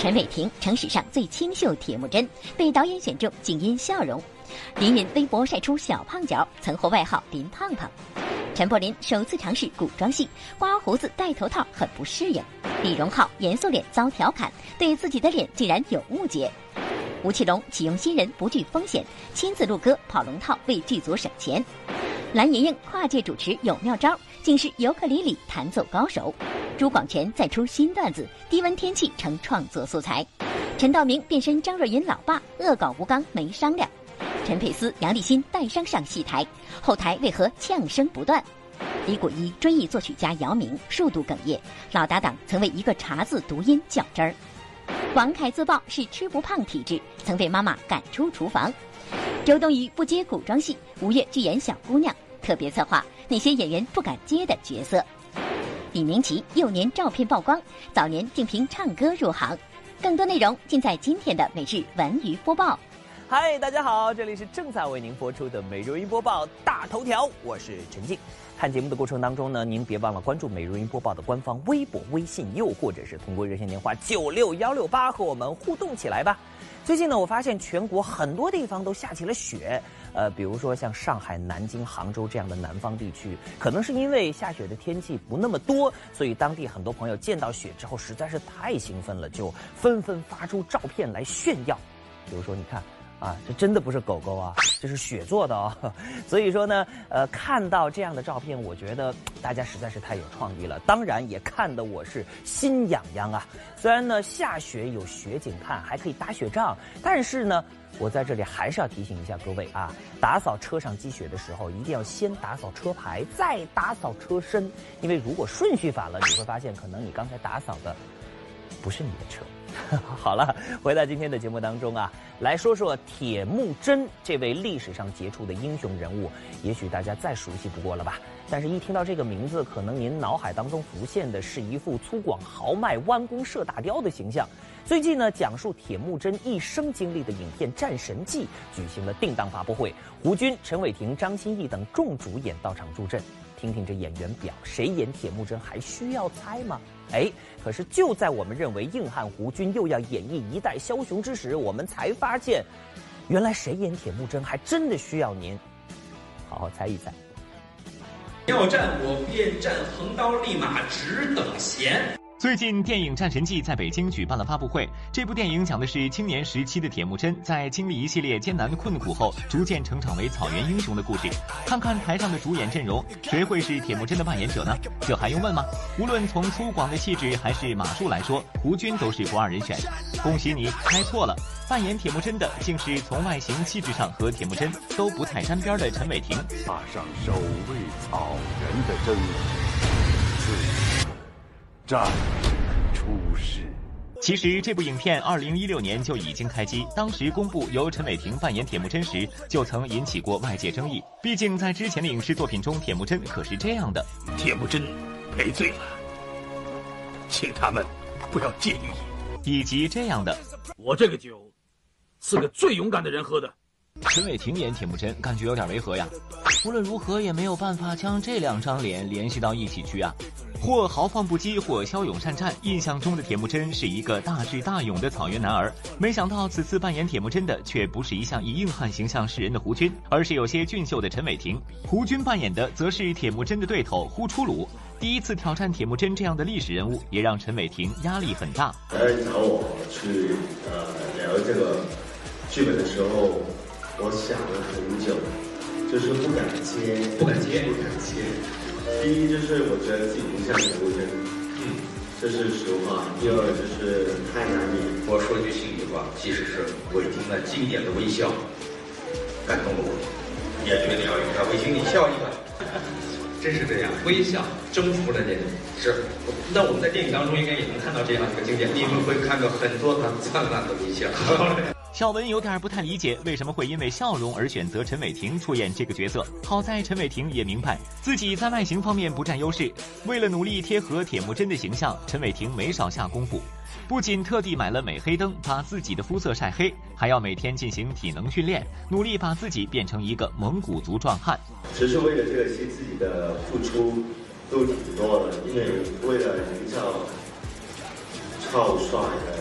陈伟霆成史上最清秀铁木真，被导演选中仅因笑容。林允微博晒出小胖脚，曾获外号林胖胖。陈柏霖首次尝试古装戏，刮胡子戴头套很不适应。李荣浩严肃脸遭调侃，对自己的脸竟然有误解。吴奇隆启用新人不惧风险，亲自录歌跑龙套为剧组省钱。蓝盈莹跨界主持有妙招，竟是尤克里里弹奏高手。朱广权再出新段子，低温天气成创作素材。陈道明变身张若昀老爸，恶搞吴刚没商量。陈佩斯、杨立新带伤上戏台，后台为何呛声不断？李谷一追忆作曲家姚明，数度哽咽，老搭档曾为一个茶字读音较真儿。王凯自曝是吃不胖体质，曾被妈妈赶出厨房。周冬雨不接古装戏，5月拒演小姑娘，特别策划那些演员不敢接的角色。李明启幼年照片曝光，早年竟凭唱歌入行。更多内容尽在今天的每日文娱播报。 嗨，大家好，这里是正在为您播出的每日文娱播报大头条，我是陈静。看节目的过程当中呢，您别忘了关注每日文娱播报的官方微博、微信，又或者是通过热线电话96168和我们互动起来吧。最近呢，我发现全国很多地方都下起了雪，比如说像上海、南京、杭州这样的南方地区，可能是因为下雪的天气不那么多，所以当地很多朋友见到雪之后实在是太兴奋了，就纷纷发出照片来炫耀。比如说，你看。这真的不是狗狗啊，这是雪做的哦。所以说呢，看到这样的照片，我觉得大家实在是太有创意了。当然也看得我是心痒痒啊。虽然呢下雪有雪景看，还可以打雪仗，但是呢，我在这里还是要提醒一下各位啊，打扫车上积雪的时候，一定要先打扫车牌，再打扫车身，因为如果顺序反了，你会发现可能你刚才打扫的不是你的车。好了，回到今天的节目当中啊，来说说铁木真这位历史上杰出的英雄人物，也许大家再熟悉不过了吧？但是一听到这个名字，可能您脑海当中浮现的是一副粗犷豪迈、弯弓射大雕的形象。最近呢，讲述铁木真一生经历的影片《战神纪》举行了定档发布会，胡军、陈伟霆、张歆艺等众主演到场助阵。听听这演员表，谁演铁木真还需要猜吗？可是就在我们认为硬汉胡军又要演绎一代枭雄之时，我们才发现，原来谁演铁木真还真的需要您好好猜一猜。 要战我便战，横刀立马只等闲。 最近，电影《战神纪》在北京举办了发布会。这部电影讲的是青年时期的铁木真在经历一系列艰难困苦后，逐渐成长为草原英雄的故事。看看台上的主演阵容，谁会是铁木真的扮演者呢？这还用问吗？无论从粗犷的气质还是马术来说，胡军都是不二人选。恭喜你猜错了，扮演铁木真的竟是从外形气质上和铁木真都不太沾边的陈伟霆。 踏上守卫草原的征途，战出世。 其实这部影片2016年就已经开机，当时公布由陈伟霆扮演铁木真时，就曾引起过外界争议。毕竟在之前的影视作品中，铁木真可是这样的： 铁木真赔罪了，请他们不要介意。 以及这样的： 我这个酒是个最勇敢的人喝的。 陈伟霆演铁木真感觉有点违和呀，无论如何也没有办法将这两张脸联系到一起去啊。或豪放不羁，或骁勇善战，印象中的铁木真是一个大智大勇的草原男儿。没想到此次扮演铁木真的却不是一向以硬汉形象示人的胡军，而是有些俊秀的陈伟霆。胡军扮演的则是铁木真的对头呼出鲁。第一次挑战铁木真这样的历史人物，也让陈伟霆压力很大。 找我去聊这个剧本的时候，我想了很久，就是不敢接。第一就是我觉得自己不像铁木真，这是实话。第二就是太难演。 我说句心里话，即使是伟霆那经典的微笑，感动了我，也决定要用它。伟霆，你笑一个。真是这样，微笑征服了人。是，那我们在电影当中应该也能看到这样一个经典，你们会看到很多他灿烂的微笑。 小文有点不太理解为什么会因为笑容而选择陈伟霆出演这个角色。好在陈伟霆也明白自己在外形方面不占优势，为了努力贴合铁木真的形象，陈伟霆没少下功夫。不仅特地买了美黑灯把自己的肤色晒黑，还要每天进行体能训练，努力把自己变成一个蒙古族壮汉。 其实为了这个戏，自己的付出都挺多的，因为为了营造超帅的一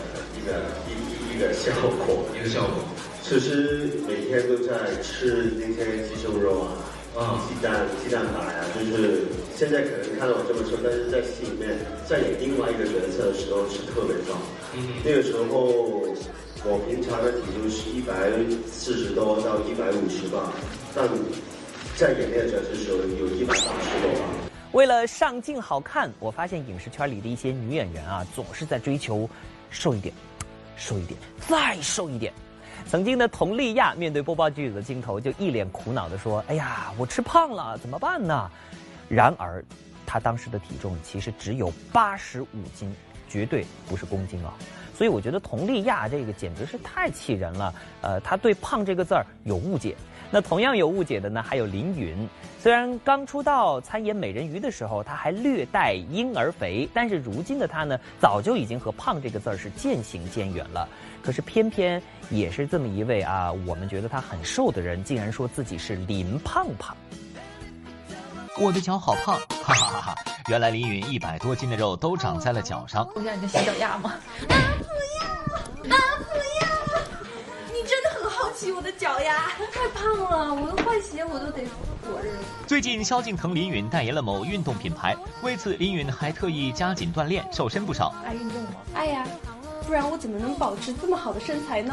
一个效果，其实每天都在吃那些鸡胸肉啊，鸡蛋白啊，就是现在可能看到我这么瘦，但是在戏里面在演另外一个角色的时候是特别壮。那个时候我平常的体重是140多到150吧，但在演那个角色的时候有180多吧。 为了上镜好看，我发现影视圈里的一些女演员啊，总是在追求瘦一点，瘦一点，再瘦一点。曾经的佟丽娅面对播报剧组的镜头，就一脸苦恼地说：“哎呀，我吃胖了，怎么办呢？”然而，她当时的体重其实只有85斤，绝对不是公斤啊。所以我觉得佟丽娅这个简直是太气人了。她对胖这个字儿有误解。那同样有误解的呢，还有林允。虽然刚出道参演美人鱼的时候，她还略带婴儿肥，但是如今的她呢，早就已经和胖这个字儿是渐行渐远了。可是偏偏也是这么一位啊，我们觉得她很瘦的人，竟然说自己是林胖胖。 我的脚好胖，哈哈哈哈！原来林允100多斤的肉都长在了脚上。 我让你的洗脚丫吗？不要！你真的很好奇我的脚丫，太胖了，我的坏鞋我都得裹着。 最近萧敬腾、林允代言了某运动品牌，为此林允还特意加紧锻炼，瘦身不少。 爱运动吗？爱呀，不然我怎么能保持这么好的身材呢？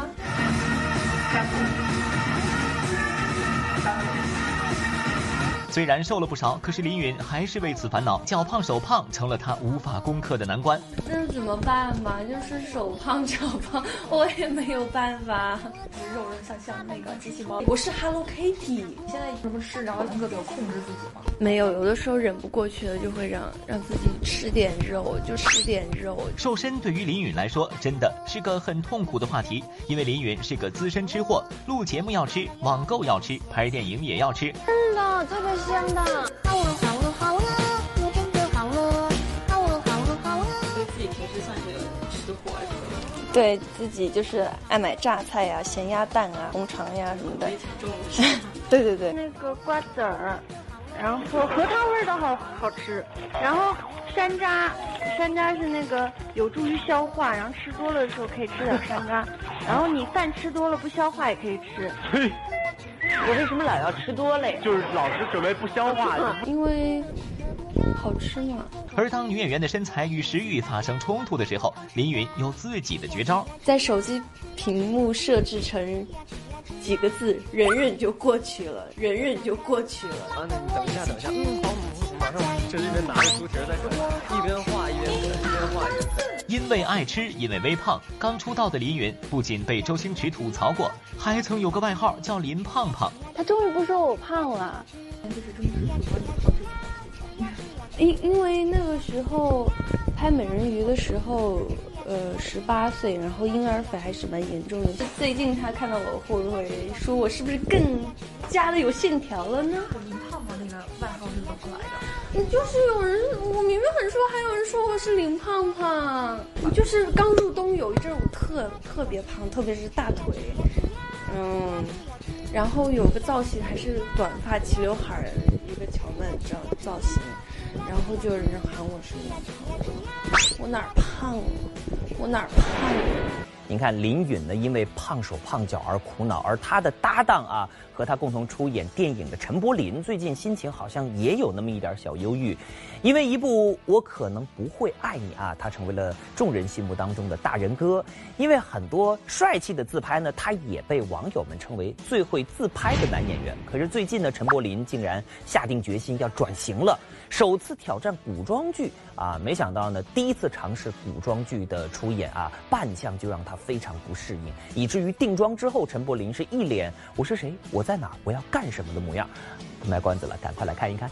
虽然瘦了不少，可是林允还是为此烦恼，脚胖手胖成了她无法攻克的难关。 那怎么办嘛？就是手胖脚胖，我也没有办法。肉像那个机器猫，我是 Hello Kitty。现在什么吃，然后能够控制自己吗？没有，有的时候忍不过去了，就会让自己吃点肉，就吃点肉。 瘦身对于林允来说，真的是个很痛苦的话题，因为林允是个资深吃货，录节目要吃，网购要吃，拍电影也要吃。 真的特别香的，好了好了好了，我真的好了，好了好了好了。 所以自己平时算是吃货什么的。 对自己就是爱买榨菜呀、咸鸭蛋啊、红肠呀什么的。对对对。 那个瓜子儿，然后核桃味的好吃，然后山楂是那个有助于消化，然后吃多了的时候可以吃点山楂，然后你饭吃多了不消化也可以吃。我为什么老要吃多嘞？ 就是老是准备不消化的。 因为好吃嘛。 而当女演员的身材与食欲发生冲突的时候，林允有自己的绝招。 在手机屏幕设置成几个字，忍忍就过去了，忍忍就过去了。 啊，那你等一下，好，马上这一边拿着猪蹄在这，一边画一边啃。 因为爱吃，因为微胖，刚出道的林允不仅被周星驰吐槽过，还曾有个外号叫林胖胖。 他终于不说我胖了， 就是周星驰喜欢你胖这种。因为那个时候拍美人鱼的时候，18岁，然后婴儿肥还是蛮严重的。最近他看到我会不会说我是不是更加的有线条了呢？ 林胖胖那个外号是怎么来的？ 就是有人，我明明很瘦，还有人说我是林胖胖。就是刚入冬有一阵我特别胖，特别是大腿，然后有个造型还是短发齐刘海一个乔曼这样的造型，然后就有人喊我是林胖胖。我哪儿胖了？我哪儿胖了？ 您看林允呢，因为胖手胖脚而苦恼，而他的搭档啊，和他共同出演电影的陈柏霖，最近心情好像也有那么一点小忧郁，因为一部《我可能不会爱你》啊，他成为了众人心目当中的大人哥。因为很多帅气的自拍呢，他也被网友们称为最会自拍的男演员。可是最近呢，陈柏霖竟然下定决心要转型了，首次挑战古装剧啊，没想到呢，第一次尝试古装剧的出演啊，扮相就让他非常不适应，以至于定妆之后，陈柏霖是一脸我是谁，我在哪，我要干什么的模样。不卖关子了，赶快来看一看。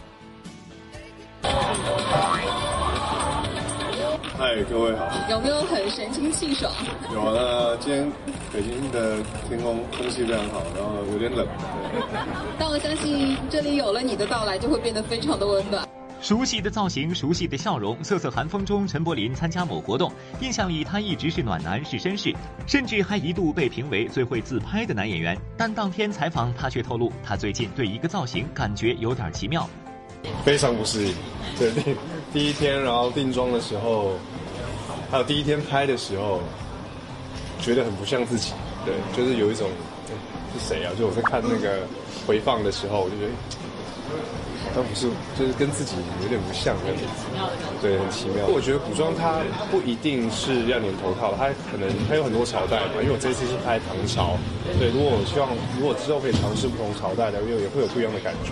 嗨，各位好。 有没有很神清气爽？ 有啊，今天北京的天空空气非常好，然后有点冷。 但我相信这里有了你的到来，就会变得非常的温暖。 熟悉的造型，熟悉的笑容，瑟瑟寒风中，陈柏霖参加某活动，印象里他一直是暖男，是绅士，甚至还一度被评为最会自拍的男演员。但当天采访他却透露，他最近对一个造型感觉有点奇妙， 非常不适应。对，第一天，然后定妆的时候，还有第一天拍的时候， 觉得很不像自己，对，就是有一种是谁啊？就我在看那个回放的时候，我就觉得。但不是，就是跟自己有点不像的，对，很奇妙。我觉得古装它不一定是要粘头套，它可能它有很多朝代嘛。因为我这次是拍唐朝，对，如果之后可以尝试不同朝代的，也会有不一样的感觉。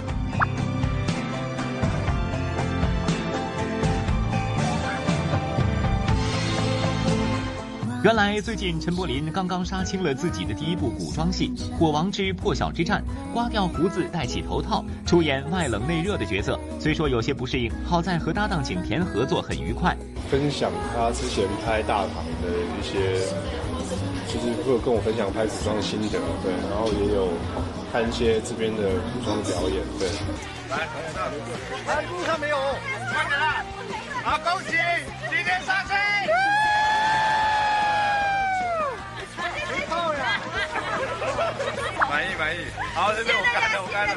原来最近陈柏霖刚刚杀青了自己的第一部古装戏《火王之破晓之战》，刮掉胡子，戴起头套，出演外冷内热的角色。虽说有些不适应，好在和搭档景甜合作很愉快。 分享他之前拍大唐的一些，就是会有跟我分享拍古装的心得，对，然后也有看一些这边的古装表演，对。 来，路上没有，快点来！好，恭喜今天杀青！满意，好，这边我干了。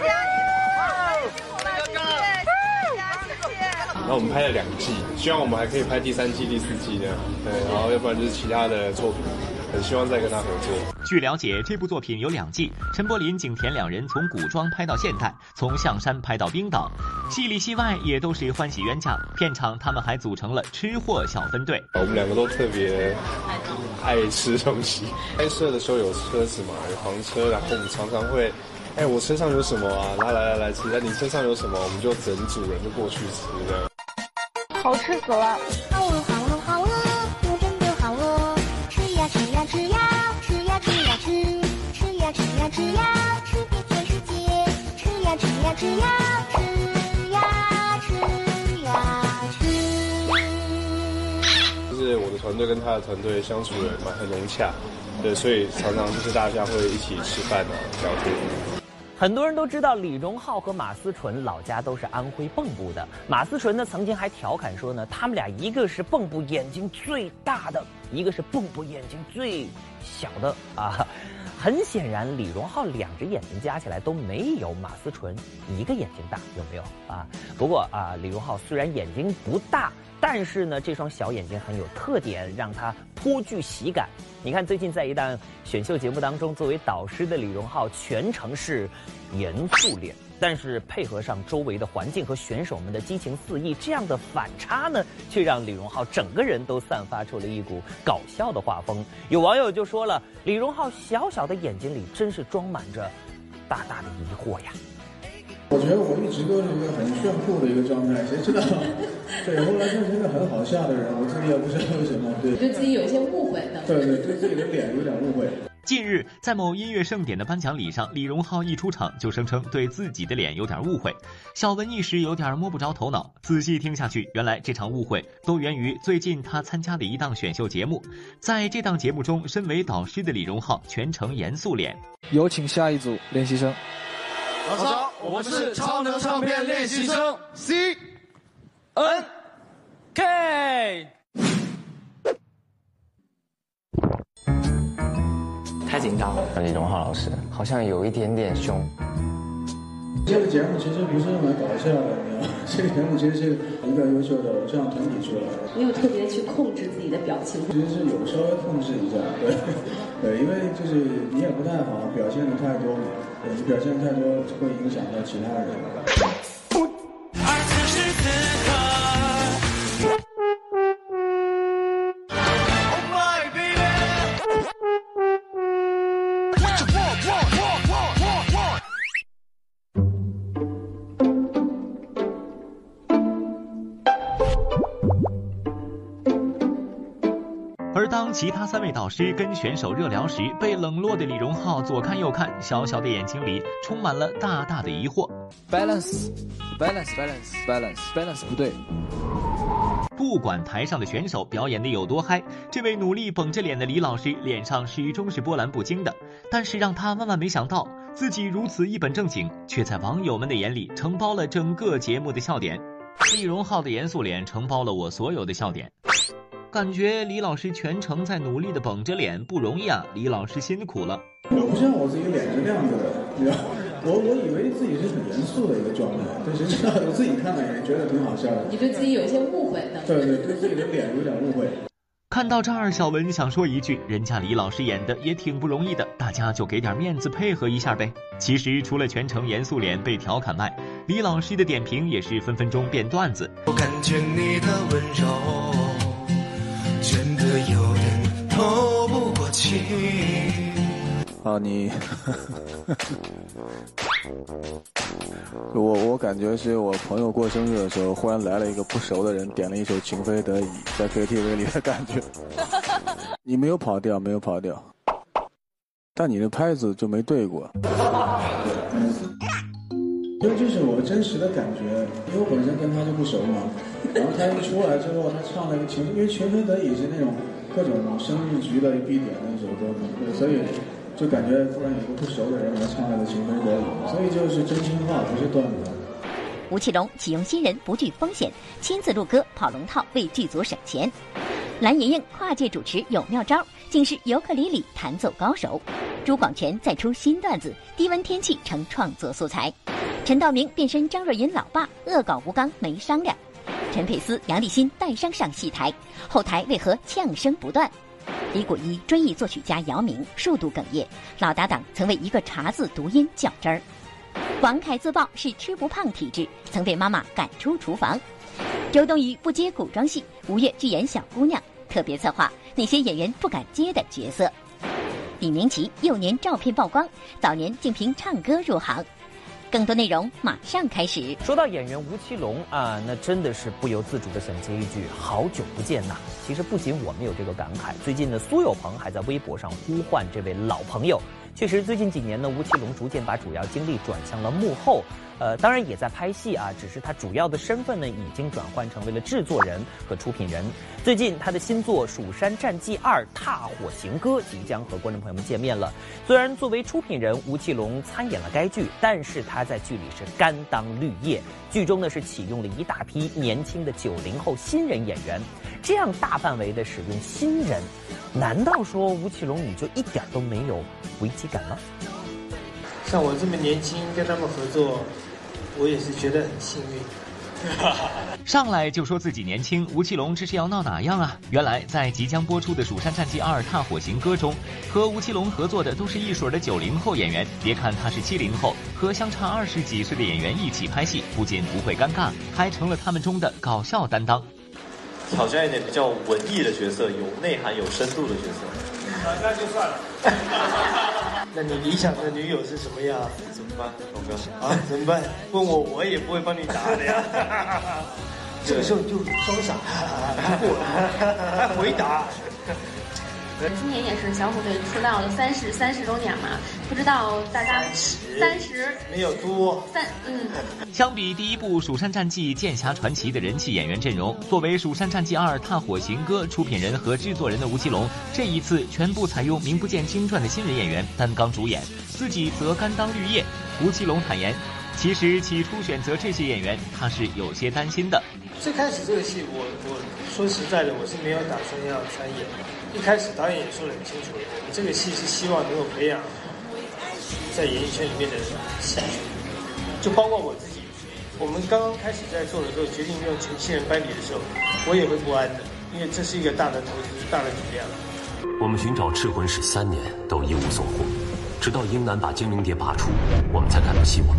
然后我们拍了2季，希望我们还可以拍第3季、第4季这样，对，然后要不然就是其他的作品，很希望再跟他合作。 据了解，这部作品有2季，陈柏霖、景甜2人从古装拍到现代，从象山拍到冰岛，戏里戏外也都是欢喜冤家。片场他们还组成了吃货小分队。 我们2个都特别爱吃东西。拍摄的时候有车子嘛，有房车，然后我们常常会，我车上有什么啊？然后来吃，你身上有什么？我们就整组人就过去吃的。 好吃死了！好饿，好饿，好饿，我真的好饿！吃呀吃呀吃呀，吃呀吃呀吃，吃呀吃呀吃呀，吃遍全世界！吃呀吃呀吃呀，吃呀吃呀吃。 就是我的团队跟他的团队相处也很融洽，对，所以常常就是大家会一起吃饭啊，聊天。 很多人都知道李荣浩和马思纯老家都是安徽蚌埠的。马思纯呢曾经还调侃说呢，他们俩一个是蚌埠眼睛最大的，一个是蚌埠眼睛最小的啊。很显然，李荣浩2只眼睛加起来都没有马思纯1个眼睛大，有没有啊？不过啊，李荣浩虽然眼睛不大，但是呢，这双小眼睛很有特点，让他颇具喜感。你看，最近在一档选秀节目当中，作为导师的李荣浩全程是严肃脸，但是配合上周围的环境和选手们的激情四溢，这样的反差呢，却让李荣浩整个人都散发出了一股搞笑的画风。有网友就说了，李荣浩小小的眼睛里真是装满着大大的疑惑呀。 我觉得我一直都是一个很炫酷的一个状态，谁知道？对，后来就是一个很好笑的人，我自己也不知道为什么。对， 对自己有一些误会的。 对，对自己的脸有点误会。 近日，在某音乐盛典的颁奖礼上，李荣浩一出场就声称对自己的脸有点误会，小文一时有点摸不着头脑。仔细听下去，原来这场误会都源于最近他参加的一档选秀节目。在这档节目中，身为导师的李荣浩全程严肃脸。 有请下一组练习生。 老张，我们是超能唱片练习生 CNK。 太紧张了，李荣浩老师好像有一点点凶。 这个节目其实不是用来搞笑的，你知道吗？这个节目其实是一个优秀的偶像团体出来的。 你有特别去控制自己的表情？ 其实是有稍微控制一下，对，因为就是你也不太好表现的太多嘛，你表现太多会影响到其他人。 而当其他3位导师跟选手热聊时，被冷落的李荣浩左看右看，小小的眼睛里充满了大大的疑惑。 balance 不对。 不管台上的选手表演的有多嗨，这位努力绷着脸的李老师脸上始终是波澜不惊的。但是让他万万没想到，自己如此一本正经，却在网友们的眼里承包了整个节目的笑点。李荣浩的严肃脸承包了我所有的笑点。感觉李老师全程在努力的绷着脸，不容易啊！李老师辛苦了。 我不像我自己脸是那样子的，你知道，我以为自己是很严肃的一个状态，但是知道我自己看了也觉得挺好笑的。 你对自己有一些误会的。 对，对自己的脸有点误会。 看到这儿，小文想说一句，人家李老师演的也挺不容易的，大家就给点面子配合一下呗。其实除了全程严肃脸被调侃外，李老师的点评也是分分钟变段子。 我感觉你的温柔真的有点透不过气。 你我感觉是我朋友过生日的时候，忽然来了一个不熟的人，点了一首《情非得已》在 KTV 里的感觉。你没有跑调，没有跑调，但你的拍子就没对过。 因为这是我真实的感觉，因为我本身跟他就不熟嘛，然后他一出来之后，他唱了一个情，因为《情非得已》是那种各种生日局的必点的一首歌嘛，所以就感觉突然有个不熟的人来唱了个《情非得已》，所以就是真心话，不是段子。 吴奇隆启用新人，不惧风险，亲自录歌跑龙套，为剧组省钱。蓝盈莹跨界主持有妙招，竟是尤克里里弹奏高手。朱广权再出新段子，低温天气成创作素材。陈道明变身张若昀老爸，恶搞吴刚没商量。陈佩斯、杨立新带伤上戏台，后台为何呛声不断？李谷一追忆作曲家姚明，数度哽咽，老搭档曾为一个茶字读音较真儿。王凯自曝是吃不胖体质，曾被妈妈赶出厨房。周冬雨不接古装戏，5月拒演小姑娘，特别策划那些演员不敢接的角色。李明奇幼年照片曝光，早年竟凭唱歌入行。更多内容马上开始。 说到演员吴奇隆啊，那真的是不由自主的想接一句好久不见呐。其实不仅我们有这个感慨，最近呢，苏有朋还在微博上呼唤这位老朋友。确实，最近几年呢，吴奇隆逐渐把主要精力转向了幕后。当然也在拍戏啊，只是他主要的身份呢，已经转换成为了制作人和出品人。最近他的新作《蜀山战纪2踏火行歌》即将和观众朋友们见面了。虽然作为出品人，吴奇隆参演了该剧，但是他在剧里是甘当绿叶。剧中呢是启用了一大批年轻的90后新人演员，这样大范围的使用新人，难道说吴奇隆你就一点都没有危机感吗？ 像我这么年轻跟他们合作，我也是觉得很幸运。 上来就说自己年轻，吴奇隆这是要闹哪样啊？原来在即将播出的《蜀山战纪2踏火行歌》中，和吴奇隆合作的都是一水的90后演员。别看他是70后，和相差20几岁的演员一起拍戏，不仅不会尴尬，还成了他们中的搞笑担当。 挑战一点比较文艺的角色，有内涵、有深度的角色。 那就算了。那你理想的女友是什么样？ 怎么办，龙哥？ 啊，怎么办？问我，我也不会帮你答的呀。这个时候你就装傻，还回答。 今年也是小虎队出道的30周年嘛，不知道大家30 没有多相比第一部《蜀山战纪剑侠传奇》的人气演员阵容，作为《蜀山战纪2踏火行歌》出品人和制作人的吴奇隆，这一次全部采用名不见经传的新人演员担纲主演，自己则甘当绿叶。吴奇隆坦言，其实起初选择这些演员，他是有些担心的。 最开始这个戏，我说实在的，我是没有打算要参演。一开始导演也说得很清楚，我这个戏是希望能够培养在演艺圈里面的戏剧，就包括我自己。我们刚刚开始在做的时候，决定用全新人班底的时候，我也会不安的，因为这是一个大的投资，大的体量。 我们寻找赤魂使3年都一无所获，直到英男把精灵蝶拔出，我们才看到希望。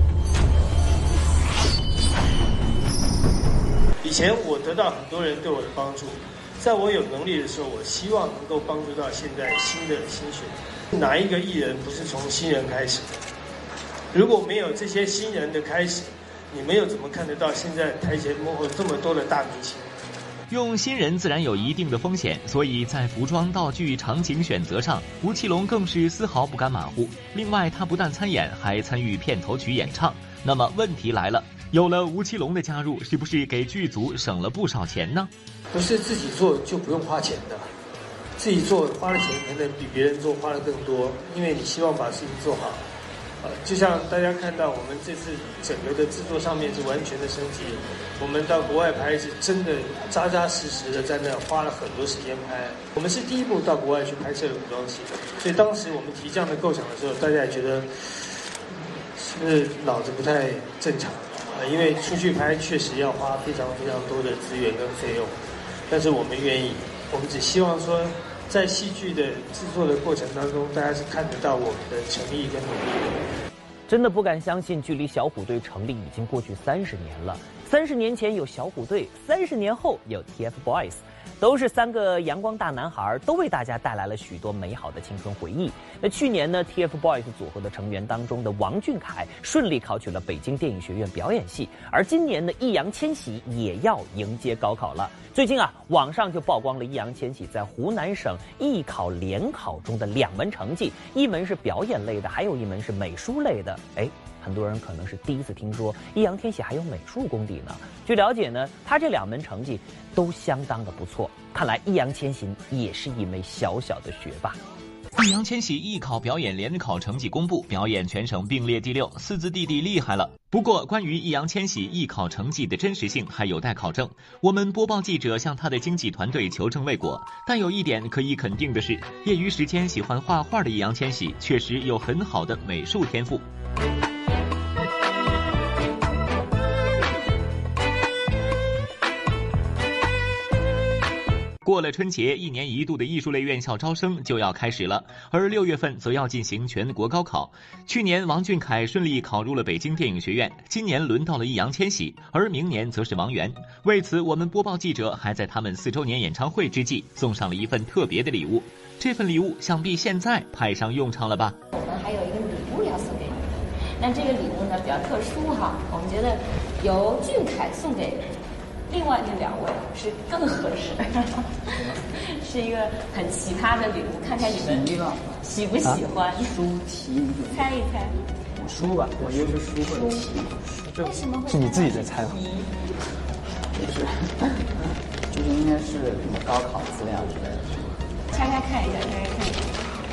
以前我得到很多人对我的帮助，在我有能力的时候，我希望能够帮助到现在新血。哪一个艺人不是从新人开始的？如果没有这些新人的开始，你没有怎么看得到现在台前幕后这么多的大明星？ 用新人自然有一定的风险，所以在服装、道具、场景选择上，吴奇隆更是丝毫不敢马虎。另外，他不但参演，还参与片头曲演唱。那么问题来了，有了吴奇隆的加入，是不是给剧组省了不少钱呢？ 不是自己做就不用花钱的，自己做花的钱可能比别人做花的更多，因为你希望把事情做好。就像大家看到我们这次整个的制作上面是完全的升级，我们到国外拍是真的扎扎实实的在那花了很多时间拍。我们是第一部到国外去拍摄的古装戏，所以当时我们提这样的构想的时候，大家也觉得是不是脑子不太正常因为出去拍确实要花非常非常多的资源跟费用，但是我们愿意， 我们只希望说，在戏剧的制作的过程当中，大家是看得到我们的诚意跟努力的。 真的不敢相信，距离小虎队成立已经过去30年了。30年前有小虎队，30年后有 TFBOYS， 都是3个阳光大男孩，都为大家带来了许多美好的青春回忆。那去年呢 ，TFBOYS 组合的成员当中的王俊凯顺利考取了北京电影学院表演系，而今年的易烊千玺也要迎接高考了。最近啊，网上就曝光了易烊千玺在湖南省艺考联考中的2门成绩，一门是表演类的，还有一门是美术类的。很多人可能是第一次听说易烊千玺还有美术功底呢。据了解呢，他这2门成绩都相当的不错，看来易烊千玺也是一枚小小的学霸。 易烊千玺艺考表演联考成绩公布，表演全省并列第6，四字弟弟厉害了。不过，关于易烊千玺艺考成绩的真实性还有待考证。我们播报记者向他的经纪团队求证未果，但有一点可以肯定的是，业余时间喜欢画画的易烊千玺确实有很好的美术天赋。过了春节，1年1度的艺术类院校招生就要开始了，而6月份则要进行全国高考。去年王俊凯顺利考入了北京电影学院，今年轮到了易烊千玺，而明年则是王源。为此，我们播报记者还在他们4周年演唱会之际送上了一份特别的礼物。这份礼物想必现在派上用场了吧？ 我们还有一个礼物要送给你，那这个礼物呢比较特殊哈，我们觉得由俊凯送给另外那2位是更合适，是一个很奇葩的礼物，看看你们喜不喜欢。 书题， 猜一猜。 书吧，我又是书或者题。 为什么会是你自己在猜吗？不是，就是应该是什么高考资料之类的。 拆开看一下，拆开看一下。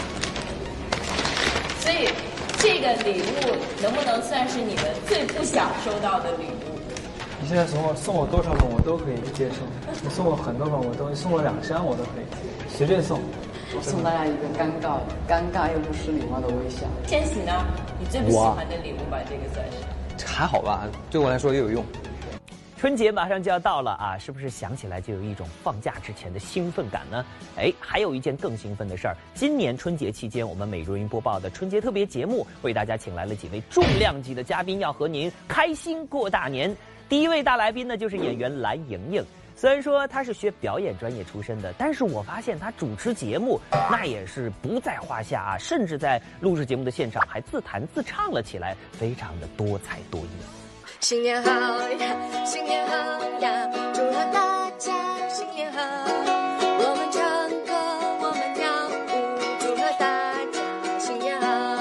所以这个礼物能不能算是你们最不想收到的礼物？ 你现在送我多少本我都可以接受，你送我很多本我都，送我2箱我都可以，随便送。我送大家一个尴尬又不失礼貌的微笑。 千玺呢？你最不喜欢的礼物吧？这个算是。 还好吧，对我来说也有用。 春节马上就要到了啊，是不是想起来就有一种放假之前的兴奋感呢？还有一件更兴奋的事儿，今年春节期间，我们美瑞音播报的春节特别节目为大家请来了几位重量级的嘉宾，要和您开心过大年。第一位大来宾呢，就是演员蓝盈莹。虽然说她是学表演专业出身的，但是我发现她主持节目那也是不在话下啊，甚至在录制节目的现场还自弹自唱了起来，非常的多才多艺。 新年好呀，新年好呀，祝贺大家新年好！我们唱歌，我们跳舞，祝贺大家新年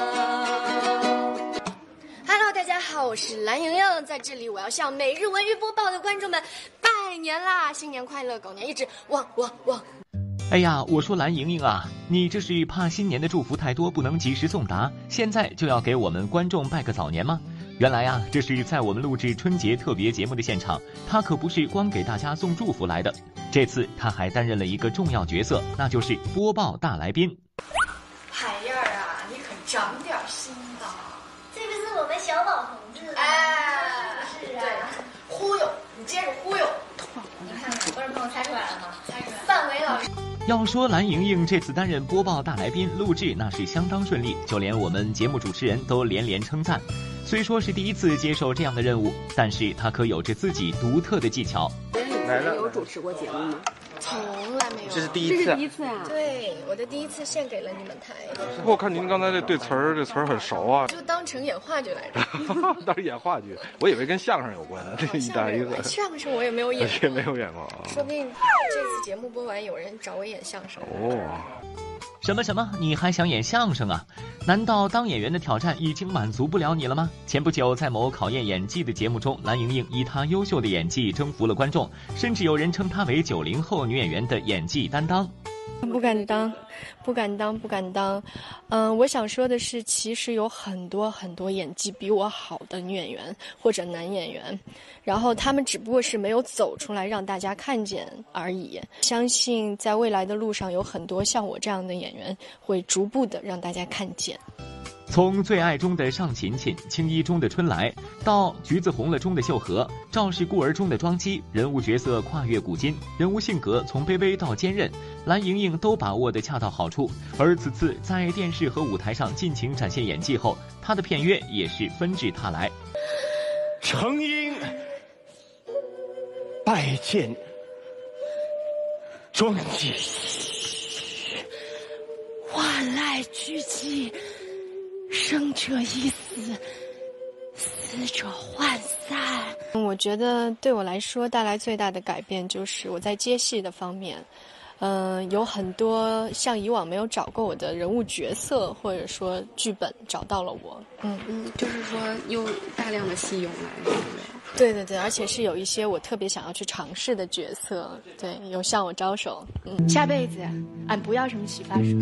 好 ！Hello， 大家好，我是蓝盈莹，在这里我要向每日文娱播报的观众们拜年啦！新年快乐，狗年一直旺旺旺！ 哎呀，我说蓝盈莹啊，你这是怕新年的祝福太多不能及时送达，现在就要给我们观众拜个早年吗？原来啊，这是在我们录制春节特别节目的现场，他可不是光给大家送祝福来的，这次他还担任了一个重要角色，那就是播报大来宾。 海燕儿啊，你可长点心吧！ 这个是我们小宝同志，是啊， 忽悠，你接着忽悠。 你看看，观众朋友猜出来了吗？ 猜出来。范伟老师。 要说蓝盈莹这次担任播报大来宾录制那是相当顺利，就连我们节目主持人都连连称赞。虽说是第一次接受这样的任务，但是她可有着自己独特的技巧。 你有主持过节目吗？从来没有。 这是第一次。 这是第一次啊！对，我的第一次献给了你们台。 我看您刚才这对词儿很熟啊。 就当成演话剧来着。 当成演话剧，我以为跟相声有关。这一搭一个。 相声我也没有演。 也没有演过啊。 说不定这次节目播完，有人找我演相声。 哦。 什么？你还想演相声啊？难道当演员的挑战已经满足不了你了吗？前不久，在某考验演技的节目中，蓝盈莹以她优秀的演技征服了观众，甚至有人称她为90后女演员的演技担当。 不敢当。我想说的是，其实有很多演技比我好的女演员或者男演员，然后他们只不过是没有走出来让大家看见而已。相信在未来的路上，有很多像我这样的演员会逐步的让大家看见。 从最爱中的上勤勤，青衣中的春来，到橘子红了中的秀禾，赵氏孤儿中的庄姬，人物角色跨越古今，人物性格从卑微到坚韧，蓝盈莹都把握得恰到好处。而此次在电视和舞台上尽情展现演技后，她的片约也是纷至沓来。 承英拜见庄姬， 万籁俱寂。生者已死，死者涣散。我觉得对我来说带来最大的改变就是我在接戏的方面，有很多像以往没有找过我的人物角色或者说剧本找到了我。 就是说又大量的戏涌来，对不对？对，而且是有一些我特别想要去尝试的角色，对，有向我招手。下辈子俺不要什么洗发水。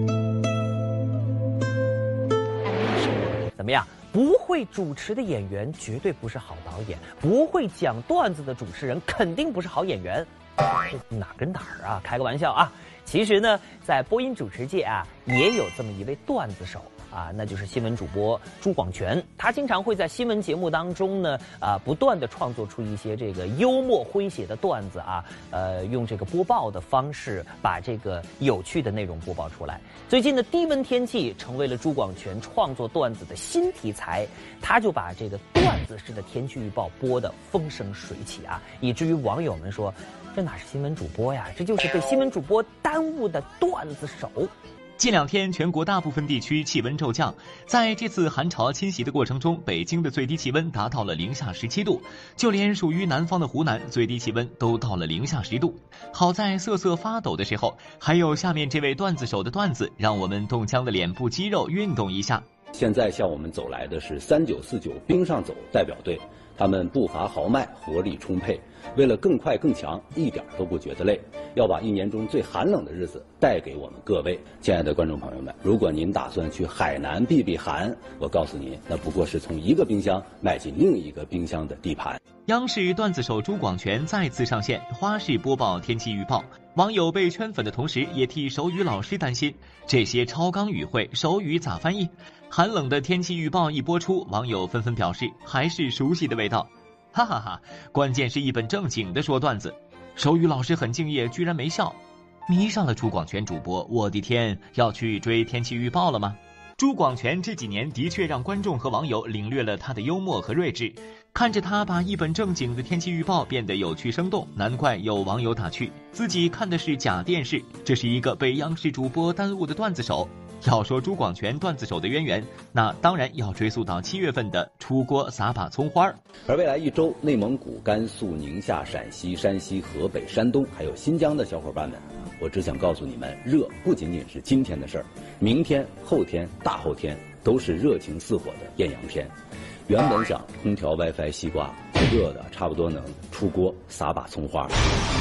怎么样？不会主持的演员绝对不是好导演，不会讲段子的主持人肯定不是好演员。哪跟哪儿啊？开个玩笑啊！其实呢，在播音主持界啊，也有这么一位段子手啊，那就是新闻主播朱广权。他经常会在新闻节目当中呢，不断的创作出一些这个幽默诙谐的段子啊，用这个播报的方式把这个有趣的内容播报出来。最近的低温天气成为了朱广权创作段子的新题材，他就把这个段子式的天气预报播得风生水起啊，以至于网友们说，这哪是新闻主播呀，这就是被新闻主播耽误的段子手。 近2天，全国大部分地区气温骤降。在这次寒潮侵袭的过程中，北京的最低气温达到了零下17度，就连属于南方的湖南，最低气温都到了零下10度。好在瑟瑟发抖的时候，还有下面这位段子手的段子，让我们冻僵的脸部肌肉运动一下。 现在向我们走来的是3949冰上走代表队，他们步伐豪迈，活力充沛，为了更快更强，一点都不觉得累，要把1年中最寒冷的日子带给我们各位。亲爱的观众朋友们，如果您打算去海南避避寒，我告诉您，那不过是从一个冰箱迈进另一个冰箱的地盘。 央视段子手朱广权再次上线，花式播报天气预报。网友被圈粉的同时，也替手语老师担心，这些超纲语汇，手语咋翻译？寒冷的天气预报一播出，网友纷纷表示还是熟悉的味道，哈哈哈！关键是一本正经的说段子，手语老师很敬业，居然没笑，迷上了朱广权主播，我的天，要去追天气预报了吗？朱广权这几年的确让观众和网友领略了他的幽默和睿智，看着他把一本正经的天气预报变得有趣生动，难怪有网友打趣自己看的是假电视，这是一个被央视主播耽误的段子手。要说朱广权段子手的渊源，那当然要追溯到7月份的出锅撒把葱花。 而未来1周，内蒙古、甘肃、宁夏、陕西、山西、河北、山东还有新疆的小伙伴们，我只想告诉你们，热不仅仅是今天的事儿，明天、后天、大后天都是热情似火的艳阳天。原本想空调、WiFi、西瓜，热的差不多能出锅撒把葱花。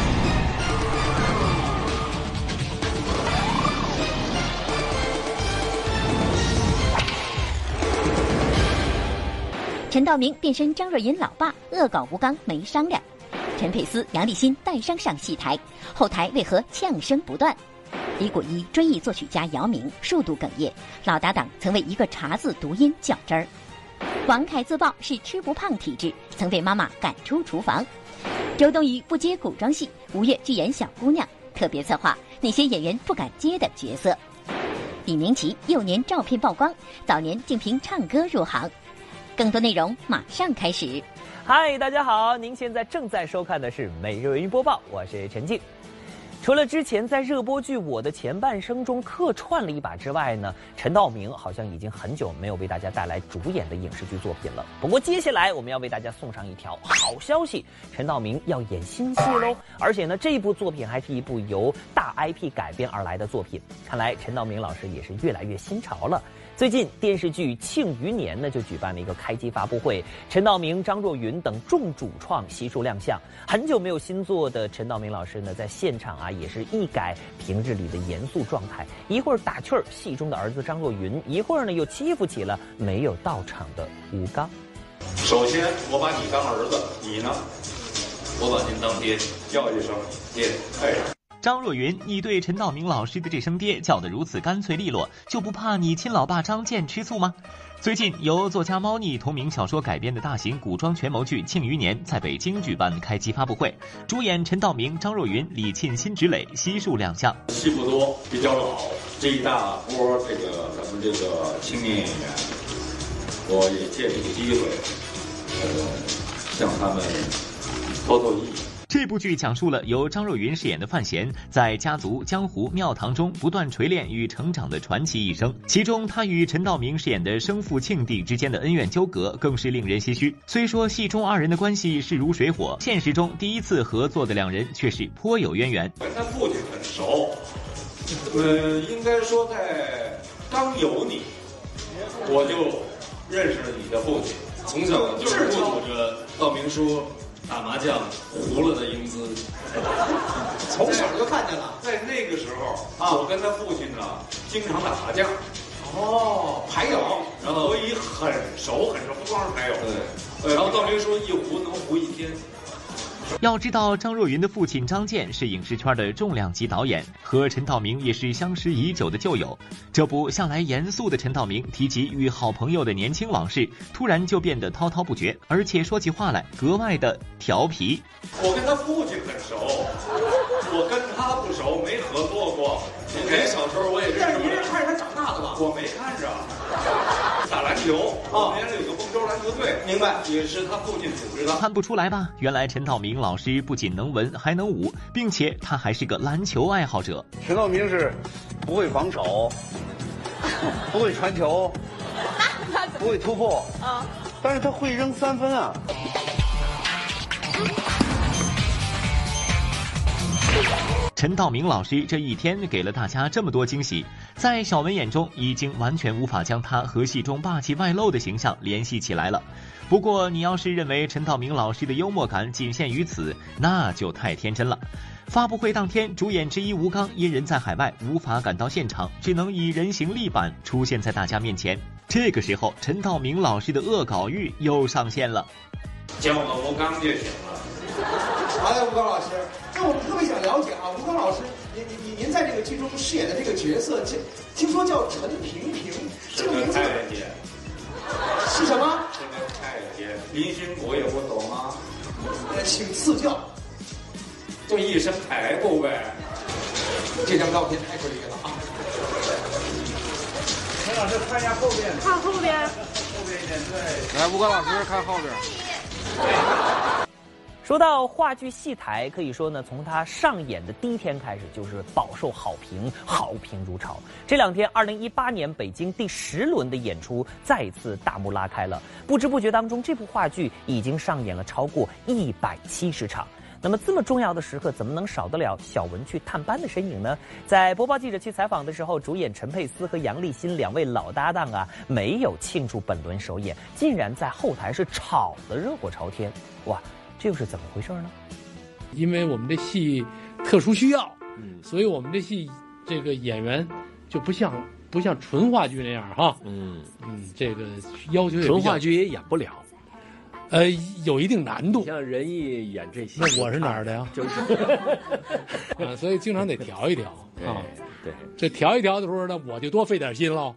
陈道明变身张若昀老爸，恶搞吴刚没商量。陈佩斯、杨立新带伤上戏台，后台为何呛声不断？李谷一追忆作曲家姚明数度哽咽，老搭档曾为一个茶字读音较真儿。王凯自曝是吃不胖体质，曾被妈妈赶出厨房。周冬雨不接古装戏，吴越拒演小姑娘，特别策划那些演员不敢接的角色。李明奇幼年照片曝光，早年竟凭唱歌入行。更多内容马上开始。 嗨，大家好，您现在正在收看的是每日文娱播报，我是陈静。除了之前在热播剧《我的前半生》中客串了一把之外呢，陈道明好像已经很久没有为大家带来主演的影视剧作品了。不过接下来我们要为大家送上一条好消息，陈道明要演新戏喽！而且呢，这部作品还是一部由大 IP 改编而来的作品。看来陈道明老师也是越来越新潮了。最近电视剧《庆余年》呢就举办了一个开机发布会，陈道明、张若昀等众主创悉数亮相。很久没有新作的陈道明老师呢，在现场也是一改平日里的严肃状态，一会儿打趣儿戏中的儿子张若昀，一会儿呢又欺负起了没有到场的吴刚。 首先，我把你当儿子，你呢？我把您当爹，叫一声爹。 张若昀，你对陈道明老师的这声爹叫得如此干脆利落，就不怕你亲老爸张健吃醋吗？最近由作家猫腻同名小说改编的大型古装权谋剧《庆余年》在北京举办开机发布会，主演陈道明、张若昀、李沁、辛芷蕾悉数亮相。 戏不多，比较老，这一大波咱们这个青年演员，我也借这个机会，向他们透透意。 这部剧讲述了由张若昀饰演的范闲在家族、江湖、庙堂中不断锤炼与成长的传奇一生，其中他与陈道明饰演的生父庆帝之间的恩怨纠葛更是令人唏嘘。虽说戏中二人的关系势如水火，现实中第一次合作的两人却是颇有渊源。 跟他父亲很熟，应该说在刚有你，我就认识了你的父亲， 从小就是目睹着道明叔打麻将糊了的英姿， 从小就看见了。 在那个时候我跟他父亲呢经常打麻将。 牌友， 然后所以很熟，不光是牌友。对，然后道明叔一糊能糊一天。 要知道，张若昀的父亲张健是影视圈的重量级导演，和陈道明也是相识已久的旧友。这不，向来严肃的陈道明提及与好朋友的年轻往事，突然就变得滔滔不绝，而且说起话来格外的调皮。 我跟他父亲很熟，我跟他不熟，没合作过。您小时候我也认识。 但是您是看着他长大的吧？ 我没看着。打篮球，我们原来有个凤州篮球队， 明白， 也是他父亲组织的。 看不出来吧？原来陈道明老师不仅能文还能武，并且他还是个篮球爱好者。 陈道明是不会防守，不会传球，不会突破但是他会扔3分啊。 陈道明老师这一天给了大家这么多惊喜，在小文眼中已经完全无法将他和戏中霸气外露的形象联系起来了。不过你要是认为陈道明老师的幽默感仅限于此，那就太天真了。发布会当天，主演之一吴刚因人在海外无法赶到现场，只能以人形立板出现在大家面前。这个时候，陈道明老师的恶搞欲又上线了。 叫我吴刚就行了。 好的，吴刚老师，那我们特别想了解啊，吴刚老师，您在这个剧中饰演的这个角色，听说叫陈萍萍，这个名字是什么？ 这个太监，林心如也不懂啊。 请赐教。 就一身排骨呗。 这张照片太特别了啊！ 陈老师看一下后边， 看后边， 后边一点对。 来，吴刚老师看后边。 说到话剧戏台，可以说呢，从它上演的第一天开始，就是饱受好评，好评如潮。这两天，2018年北京第10轮的演出再一次大幕拉开了。不知不觉当中，这部话剧已经上演了超过170场。那么这么重要的时刻，怎么能少得了小文去探班的身影呢？在播报记者去采访的时候，主演陈佩斯和杨立新2位老搭档啊，没有庆祝本轮首演，竟然在后台是吵得热火朝天。哇！这又是怎么回事呢？ 因为我们这戏特殊需要，所以我们这戏这个演员就不像纯话剧那样哈，这个要求也纯话剧也演不了， 有一定难度。 像仁义演这戏， 那我是哪儿的呀？就是所以经常得调一调啊。 对， 这调一调的时候呢，我就多费点心喽。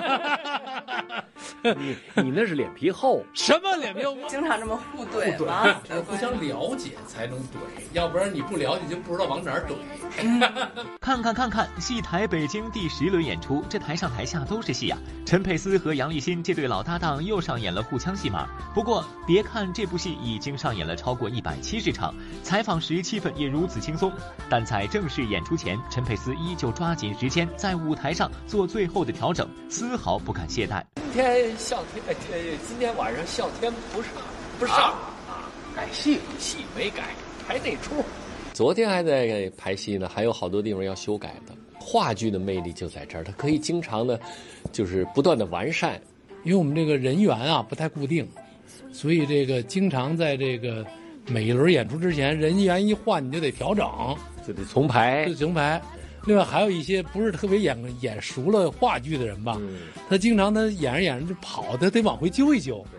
你那是脸皮厚， 什么脸皮厚？ 经常这么互怼吗？ 互相了解才能怼，要不然你不了解就不知道往哪儿怼。 看，戏台北京第10轮演出，这台上台下都是戏啊！陈佩斯和杨立新这对老搭档又上演了互枪戏码。不过别看这部戏已经上演了超过170场，采访时气氛也如此轻松，但在正式演出前，陈佩斯依旧抓紧时间在舞台上做最后的调整，丝毫不敢懈怠。 今天晚上笑天不上，改戏没改，还那出。昨天还在排戏呢，还有好多地方要修改的。话剧的魅力就在这儿，它可以经常的，就是不断的完善。 因为我们这个人员啊不太固定，所以这个经常在这个每一轮演出之前，人员一换你就得调整， 就得重排。 另外还有一些不是特别演熟了话剧的人吧，他经常他演着就跑，他得往回揪一揪，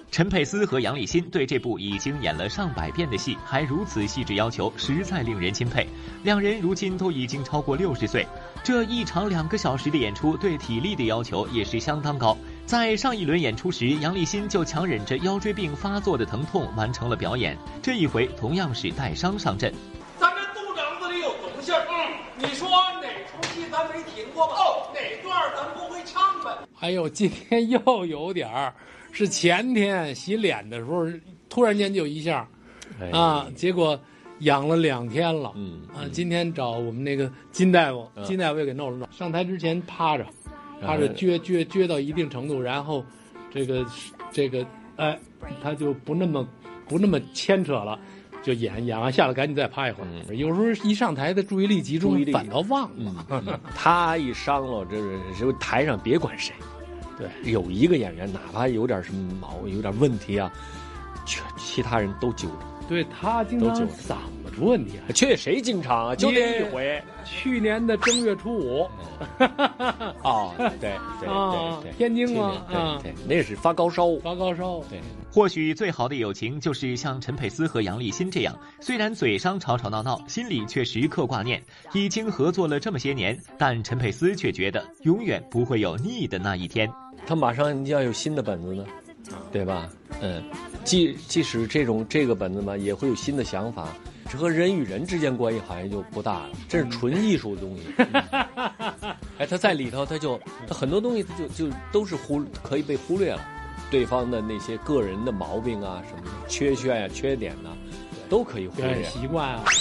陈佩斯和杨立新对这部已经演了上百遍的戏还如此细致要求，实在令人钦佩。两人如今都已经超过60岁，这一场2个小时的演出对体力的要求也是相当高。在上一轮演出时，杨立新就强忍着腰椎病发作的疼痛完成了表演，这一回同样是带伤上阵。 咱这肚囊子里有东西，你说哪出戏咱没听过吧？哪段咱不会唱呗？ 哎呦，今天又有点儿。是前天洗脸的时候，突然间就一下，结果养了2天了。今天找我们那个金大夫，金大夫也给弄了弄。上台之前趴着撅到一定程度，然后这个，他就不那么牵扯了，就演完下来赶紧再趴一会儿。有时候一上台的注意力集中，反倒忘了。 他一伤了，这台上别管谁。对，有一个演员哪怕有点什么有点问题啊，其他人都揪着。 对，他经常嗓子出问题啊， 谁经常啊？就这一回。 去年的正月初5。 对， 天津嘛， 对，那是发高烧。 对。 或许最好的友情就是像陈佩斯和杨立新这样，虽然嘴上吵吵闹闹，心里却时刻挂念。已经合作了这么些年，但陈佩斯却觉得永远不会有腻的那一天。 他马上要有新的本子呢，对吧？即使这个本子嘛，也会有新的想法。这和人与人之间关系好像就不大了，这是纯艺术的东西。他在里头，他很多东西他就都是可以被忽略了。对方的那些个人的毛病啊，什么缺陷啊、缺点呐，都可以忽略。 习惯啊，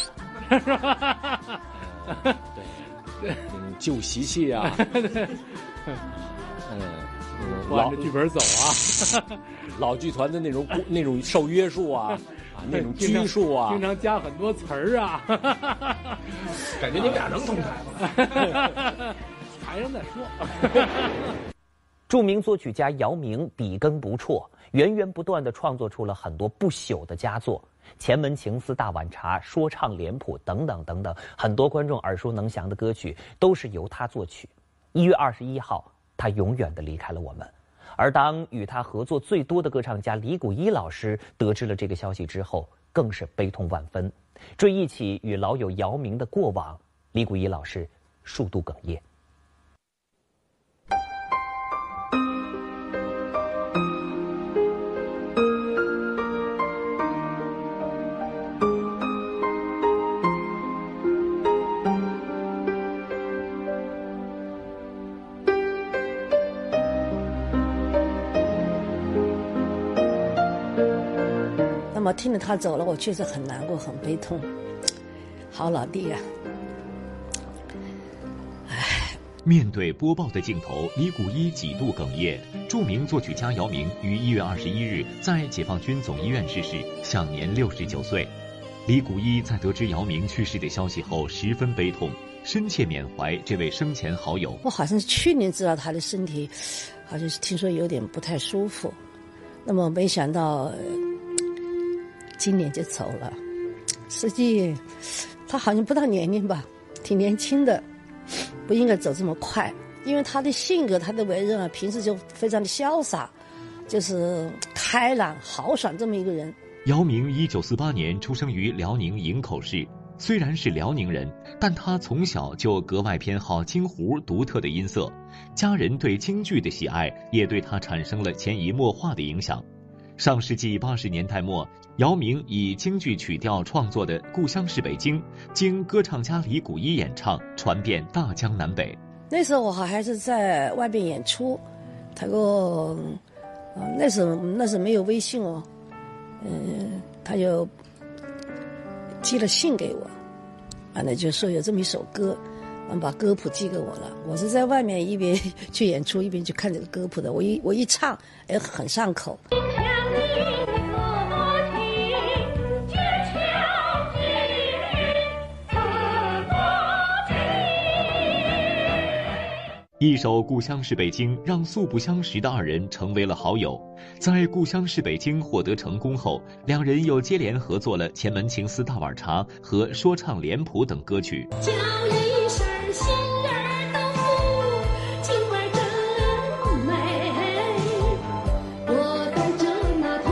对，旧习气啊， 按着剧本走啊， 老剧团的那种受约束啊，那种拘束啊， 经常加很多词儿啊， 感觉你们俩能同台吗？ 台上再说。 著名作曲家姚明笔耕不辍，源源不断地创作出了很多不朽的佳作，《前门情思大碗茶》、说唱脸谱等等等等，很多观众耳熟能详的歌曲都是由他作曲。1月21号，他永远地离开了我们。而当与他合作最多的歌唱家李谷一老师得知了这个消息之后，更是悲痛万分。追忆起与老友姚明的过往，李谷一老师数度哽咽。 那么听着他走了，我确实很难过，很悲痛。好老弟啊！ 面对播报的镜头，李谷一几度哽咽。著名作曲家姚明于1月21日在解放军总医院逝世，享年69岁。李谷一在得知姚明去世的消息后十分悲痛，深切缅怀这位生前好友。 我好像是去年知道他的身体，好像是听说有点不太舒服，那么没想到今年就走了。实际他好像不到年龄吧，挺年轻的，不应该走这么快。因为他的性格，他的为人啊，平时就非常的潇洒，就是开朗豪爽这么一个人。 姚明1948年出生于辽宁营口市，虽然是辽宁人，但他从小就格外偏好京胡独特的音色，家人对京剧的喜爱也对他产生了潜移默化的影响。上世纪80年代末，姚明以京剧曲调创作的《故乡是北京》，经歌唱家李谷一演唱，传遍大江南北。 那时候我还是在外边演出，他给我，那时候没有微信哦，他就寄了信给我，完了就说有这么一首歌，把歌谱寄给我了。我是在外面一边去演出一边去看这个歌谱的，我一唱，很上口。 一首《故乡是北京》让素不相识的二人成为了好友。在《故乡是北京》获得成功后，两人又接连合作了《前门情思大碗茶》和《说唱脸谱》等歌曲。 叫一声心儿的福，今儿真美，我带着那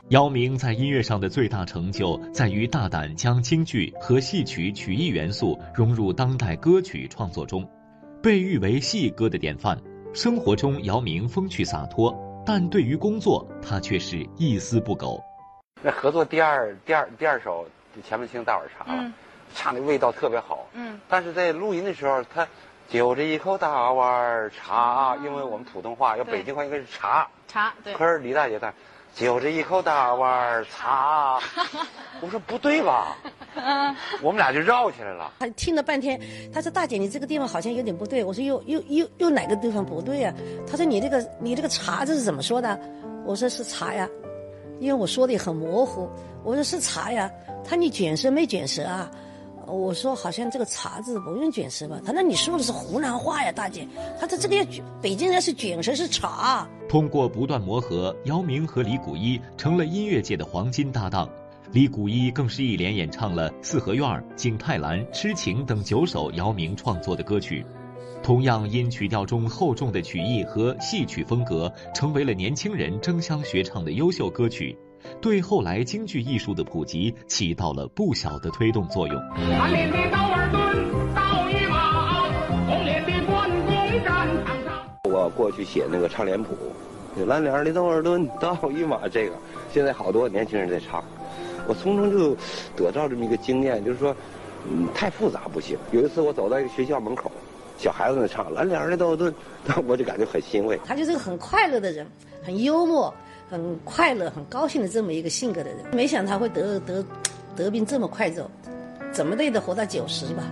姚明在音乐上的最大成就在于大胆将京剧和戏曲曲艺元素融入当代歌曲创作中，被誉为戏歌的典范。生活中姚明风趣洒脱，但对于工作他却是一丝不苟。 那合作第二首前面听大碗茶了，唱的味道特别好，但是在录音的时候他就这一口大碗茶，因为我们普通话要北京话应该是茶， 对。 可是李大姐她就这一口大碗茶，我说不对吧？我们俩就绕起来了。 他听了半天，他说：“大姐，你这个地方好像有点不对。”我说：“又哪个地方不对啊？”他说：“你这个茶这是怎么说的？”我说：“是茶呀。”因为我说的也很模糊，我说是茶呀。他你卷舌没卷舌啊？我说好像这个茶字不用卷舌吧？他那你说的是湖南话呀，大姐。他说这个要北京人是卷舌是茶。 通过不断磨合，姚明和李谷一成了音乐界的黄金搭档。李谷一更是一连演唱了《四合院》《景泰蓝》《痴情》等9首姚明创作的歌曲。同样因曲调中厚重的曲艺和戏曲风格，成为了年轻人争相学唱的优秀歌曲，对后来京剧艺术的普及起到了不小的推动作用。 蓝脸的刀儿墩，刀一马，红脸的关公战场上。 我过去写那个唱脸谱，蓝脸的刀儿墩，刀一马，这个现在好多年轻人在唱，我从中就得到这么一个经验，就是说，太复杂不行。有一次我走到一个学校门口。小孩子在唱蓝脸的刀墩，我就感觉很欣慰。 他就是个很快乐的人，很幽默，很快乐，很高兴的这么一个性格的人。没想到他会得病这么快走，怎么的也得活到90吧。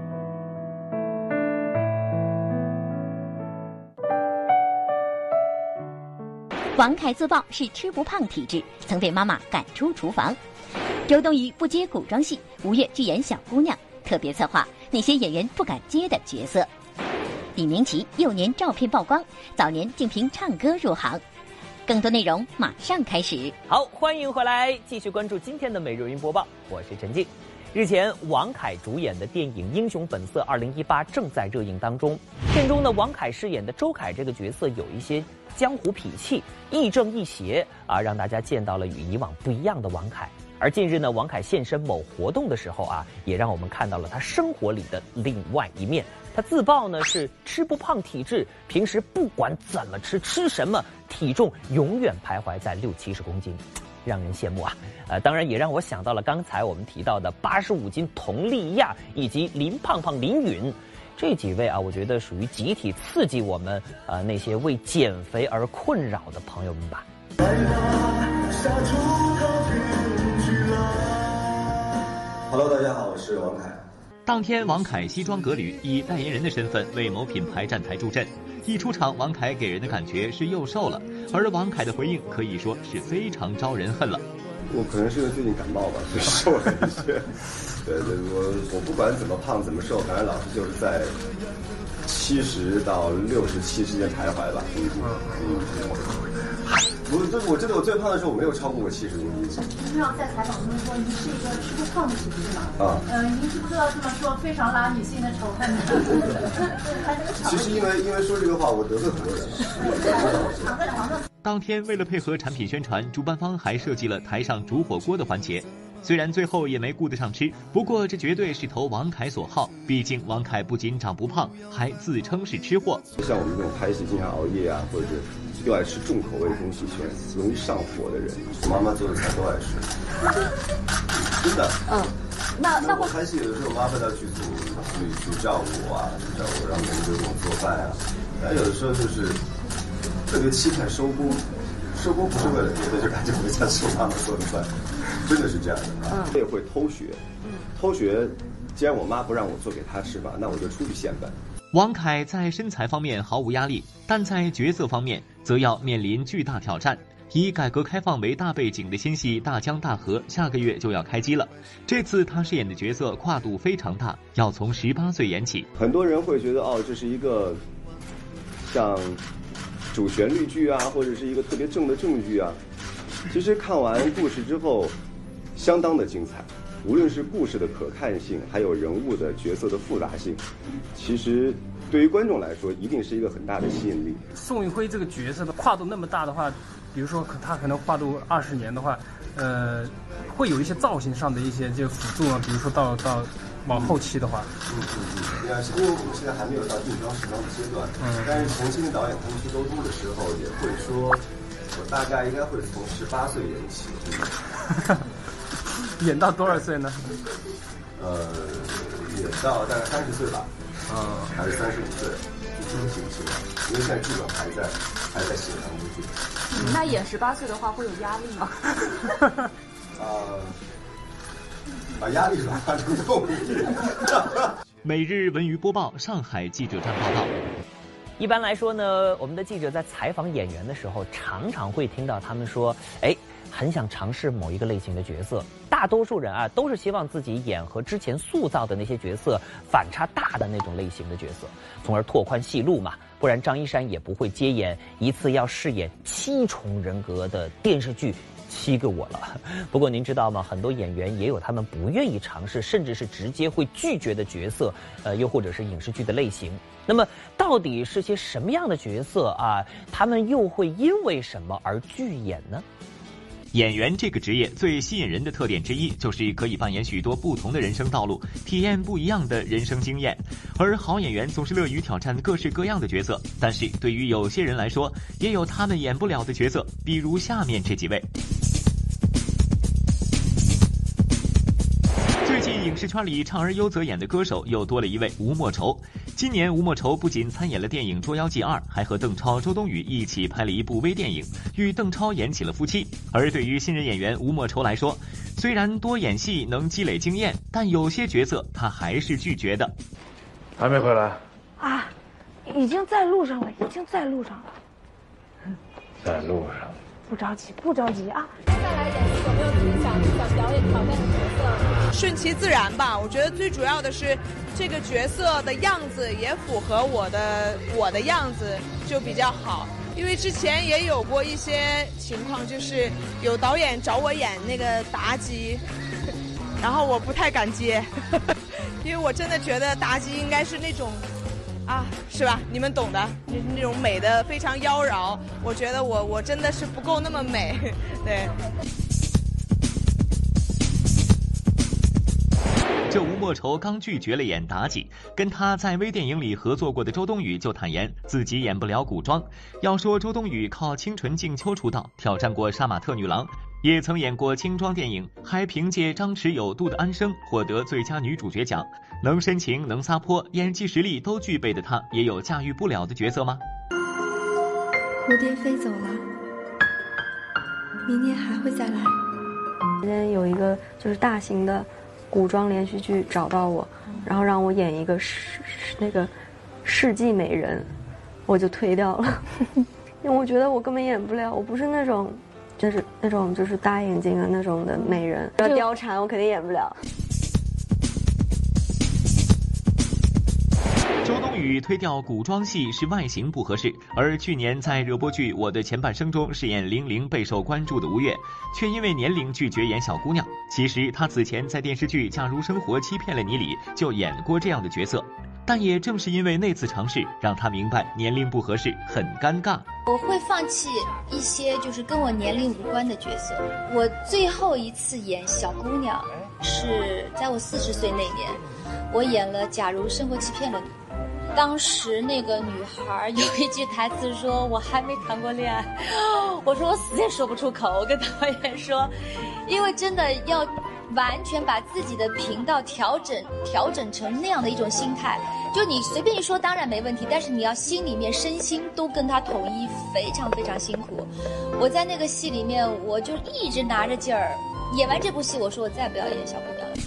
王凯自曝是吃不胖体质，曾被妈妈赶出厨房。周冬雨不接古装戏，5月拒演小姑娘。特别策划那些演员不敢接的角色。李明琦幼年照片曝光，早年竟凭唱歌入行。更多内容马上开始。 好，欢迎回来，继续关注今天的每日云播报，我是陈静。日前，王凯主演的电影《英雄本色2018》正在热映当中。片中呢，王凯饰演的周凯这个角色有一些江湖痞气，亦正亦邪啊，让大家见到了与以往不一样的王凯。而近日呢，王凯现身某活动的时候啊，也让我们看到了他生活里的另外一面。他自曝呢是吃不胖体质，平时不管怎么吃什么，体重永远徘徊在60-70公斤，让人羡慕啊。当然也让我想到了刚才我们提到的85斤佟丽娅以及林胖胖林允这几位啊，我觉得属于集体刺激我们那些为减肥而困扰的朋友们吧。 Hello， 大家好，我是王凯。 当天，王凯西装革履，以代言人的身份为某品牌站台助阵。一出场，王凯给人的感觉是又瘦了，而王凯的回应可以说是非常招人恨了。 我可能是因为最近感冒吧，所以瘦了一些。对，我不管怎么胖怎么瘦，反正老是就是在70到67之间徘徊吧。我记得我最胖的时候，我没有超过过70公斤。 经常在采访中说您是一个吃不胖的体质嘛？您知不知道这么说非常拉女性的仇恨呢？ 其实因为说这个话，我得罪很多人了。 当天为了配合产品宣传，主办方还设计了台上煮火锅的环节。虽然最后也没顾得上吃，不过这绝对是投王凯所好。毕竟王凯不仅长不胖，还自称是吃货。 像我们这种拍戏经常熬夜啊，或者是又爱吃重口味的东西，容易上火的人，我妈妈做的菜都爱吃。真的。那我拍戏有的时候，妈会到剧组去照顾我啊，让人给我做饭啊。但有的时候就是特别期盼收工，收工不是为了别的，就赶紧回家吃妈妈做的饭。真的是这样的，我也会偷学。偷学，既然我妈不让我做给她吃吧，那我就出去显摆。 王凯在身材方面毫无压力，但在角色方面则要面临巨大挑战。以改革开放为大背景的新戏《大江大河》下个月就要开机了。这次他饰演的角色跨度非常大，要从18岁演起。 很多人会觉得这是一个像主旋律剧啊，或者是一个特别正的正剧啊。其实看完故事之后，相当的精彩。无论是故事的可看性，还有人物的角色的复杂性，其实对于观众来说，一定是一个很大的吸引力。 宋运辉这个角色的跨度那么大的话，比如说他可能跨度20年的话，会有一些造型上的一些就辅助啊，比如说到往后期的话， 因为我们现在还没有到定妆时装的阶段，但是重新导演他们去沟通的时候，也会说，我大概应该会从18岁演起， 演到多少岁呢？ 演到大概30岁吧，还是35岁，就这个情形，因为现在剧本还在写当中。 那演18岁的话会有压力吗？ 把压力转化成动力。 每日文娱播报，上海记者站报道。 一般来说呢，我们的记者在采访演员的时候，常常会听到他们说，很想尝试某一个类型的角色。大多数人啊，都是希望自己演和之前塑造的那些角色反差大的那种类型的角色，从而拓宽戏路嘛。不然张一山也不会接演一次要饰演7重人格的电视剧7个我了。不过您知道吗？很多演员也有他们不愿意尝试，甚至是直接会拒绝的角色，又或者是影视剧的类型。那么到底是些什么样的角色啊？他们又会因为什么而拒演呢？ 演员这个职业最吸引人的特点之一，就是可以扮演许多不同的人生道路，体验不一样的人生经验。而好演员总是乐于挑战各式各样的角色，但是对于有些人来说，也有他们演不了的角色，比如下面这几位。最近影视圈里畅而优则演的歌手又多了一位吴莫愁。今年吴莫愁不仅参演了电影《捉妖记2》，还和邓超、周冬雨一起拍了一部微电影，与邓超演起了夫妻。而对于新人演员吴莫愁来说，虽然多演戏能积累经验，但有些角色他还是拒绝的。 还没回来啊？已经在路上了，在路上。不着急啊！ 再来演戏有没有自己想表演挑战的角色？ 顺其自然吧，我觉得最主要的是这个角色的样子也符合我的样子就比较好。因为之前也有过一些情况，就是有导演找我演那个妲己，然后我不太敢接，因为我真的觉得妲己应该是那种。是吧？你们懂的，那种美的非常妖娆，我觉得我真的是不够那么美，对。 这吴莫愁刚拒绝了演妲己，跟他在微电影里合作过的周冬雨就坦言自己演不了古装。要说周冬雨靠清纯静秋出道，挑战过杀马特女郎，也曾演过轻装电影，还凭借张弛有度的安生获得最佳女主角奖。能深情能撒泼，演技实力都具备的她，也有驾驭不了的角色吗？ 蝴蝶飞走了，明年还会再来。 今天有一个就是大型的古装连续剧找到我，然后让我演一个那个世纪美人，我就推掉了，因为我觉得我根本演不了，我不是那种就是大眼睛的那种的美人，要貂蝉我肯定演不了。 周冬雨推掉古装戏是外形不合适，而去年在热播剧《我的前半生》中饰演玲玲备受关注的吴越，却因为年龄拒绝演小姑娘。其实她此前在电视剧《假如生活欺骗了你》里就演过这样的角色，但也正是因为那次尝试，让她明白年龄不合适很尴尬。 我会放弃一些就是跟我年龄无关的角色。我最后一次演小姑娘是在我40岁那年，我演了《假如生活欺骗了你》。当时那个女孩有一句台词说我还没谈过恋爱，我说我死也说不出口。我跟导演说，因为真的要完全把自己的频道调整成那样的一种心态，就你随便一说当然没问题，但是你要心里面身心都跟他统一，非常非常辛苦。我在那个戏里面我就一直拿着劲儿，演完这部戏我说我再不要演小姑娘了。